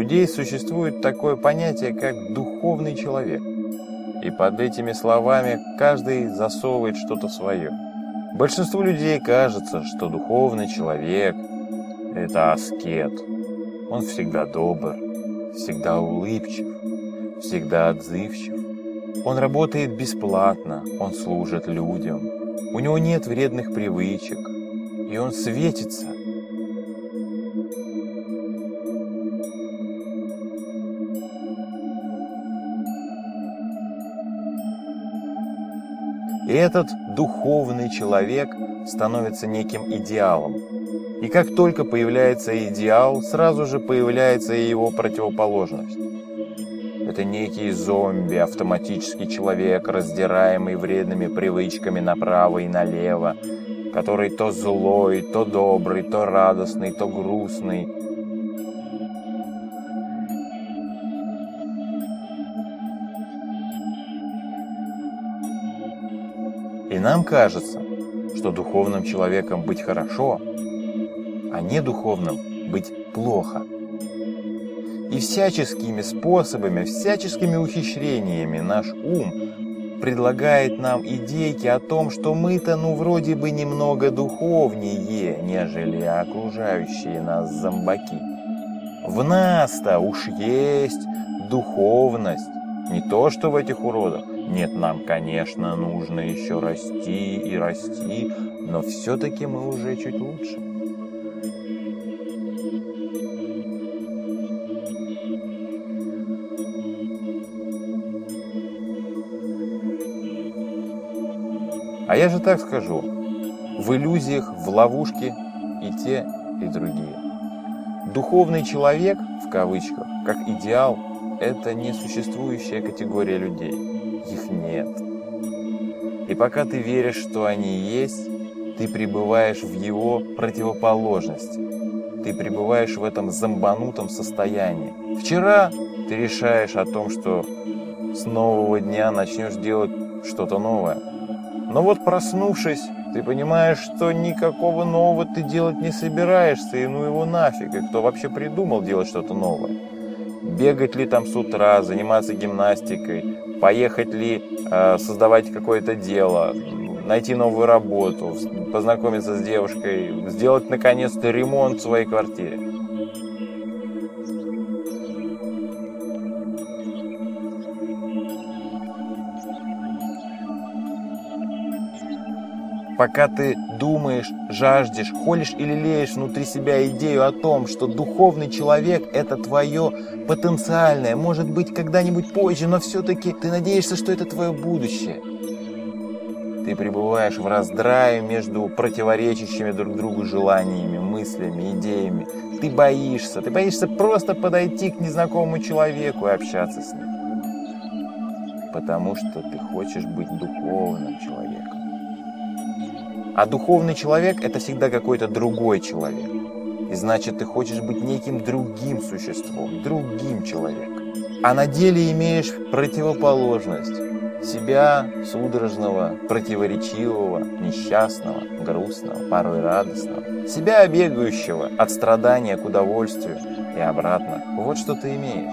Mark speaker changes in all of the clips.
Speaker 1: людей существует такое понятие, как духовный человек. И под этими словами каждый засовывает что-то свое. Большинству людей кажется, что духовный человек – это аскет. Он всегда добр, всегда улыбчив, всегда отзывчив. Он работает бесплатно, он служит людям. У него нет вредных привычек, и он светится. И этот духовный человек становится неким идеалом. И как только появляется идеал, сразу же появляется и его противоположность. Это некий зомби, автоматический человек, раздираемый вредными привычками направо и налево, который то злой, то добрый, то радостный, то грустный. И нам кажется, что духовным человеком быть хорошо, а не духовным быть плохо. И всяческими способами, всяческими ухищрениями наш ум предлагает нам идейки о том, что мы-то вроде бы немного духовнее, нежели окружающие нас зомбаки. В нас-то уж есть духовность, не то что в этих уродах. Нет, нам, конечно, нужно еще расти и расти, но все-таки мы уже чуть лучше. А я же так скажу, в иллюзиях, в ловушке и те, и другие. Духовный человек, в кавычках, как идеал, это несуществующая категория людей. Их нет. И пока ты веришь, что они есть, ты пребываешь в его противоположности. Ты пребываешь в этом зомбанутом состоянии. Вчера ты решаешь о том, что с нового дня начнешь делать что-то новое. Но вот проснувшись, ты понимаешь, что никакого нового ты делать не собираешься, и ну его нафиг, и кто вообще придумал делать что-то новое? Бегать ли там с утра, заниматься гимнастикой, поехать ли создавать какое-то дело, найти новую работу, познакомиться с девушкой, сделать наконец-то ремонт в своей квартире. Пока ты думаешь, жаждешь, холишь и лелеешь внутри себя идею о том, что духовный человек – это твое потенциальное, может быть, когда-нибудь позже, но все-таки ты надеешься, что это твое будущее. Ты пребываешь в раздрае между противоречащими друг другу желаниями, мыслями, идеями. Ты боишься просто подойти к незнакомому человеку и общаться с ним. Потому что ты хочешь быть духовным человеком. А духовный человек – это всегда какой-то другой человек. И значит, ты хочешь быть неким другим существом, другим человеком. А на деле имеешь противоположность себя судорожного, противоречивого, несчастного, грустного, порой радостного. Себя бегающего от страдания к удовольствию и обратно. Вот что ты имеешь.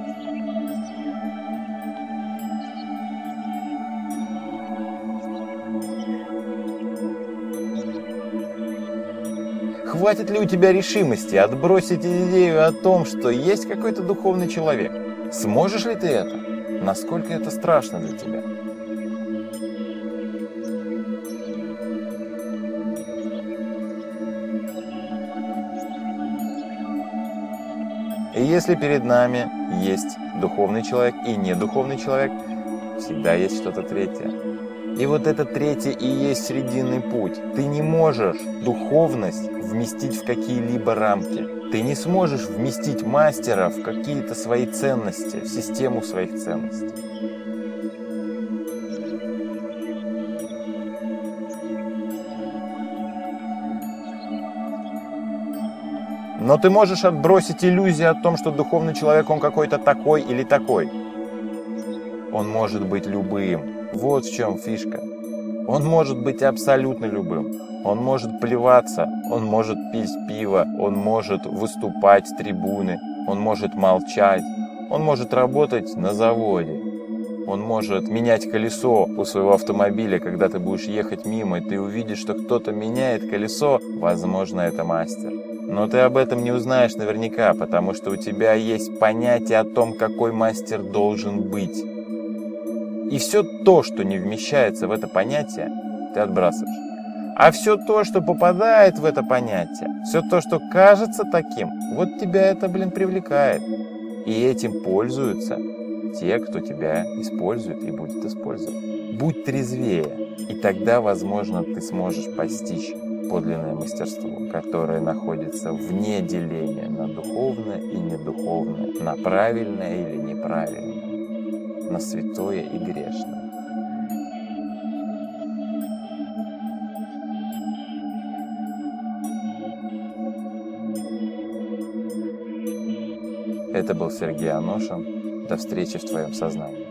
Speaker 1: Хватит ли у тебя решимости отбросить идею о том, что есть какой-то духовный человек? Сможешь ли ты это? Насколько это страшно для тебя? И если перед нами есть духовный человек и недуховный человек, всегда есть что-то третье. И вот это третье и есть срединный путь. Ты не можешь духовность вместить в какие-либо рамки. Ты не сможешь вместить мастера в какие-то свои ценности, в систему своих ценностей. Но ты можешь отбросить иллюзию о том, что духовный человек, он какой-то такой или такой. Он может быть любым. Вот в чем фишка. Он может быть абсолютно любым. Он может плеваться, он может пить пиво, он может выступать с трибуны. Он может молчать, он может работать на заводе, он может менять колесо у своего автомобиля, когда ты будешь ехать мимо, и ты увидишь, что кто-то меняет колесо, возможно, это мастер. Но ты об этом не узнаешь наверняка, потому что у тебя есть понятие о том, какой мастер должен быть. И все то, что не вмещается в это понятие, ты отбрасываешь. А все то, что попадает в это понятие, все то, что кажется таким, вот тебя это, привлекает. И этим пользуются те, кто тебя использует и будет использовать. Будь трезвее, и тогда, возможно, ты сможешь постичь подлинное мастерство, которое находится вне деления на духовное и недуховное, на правильное или неправильное, на святое и грешное. Это был Сергей Аношин. До встречи в твоем сознании.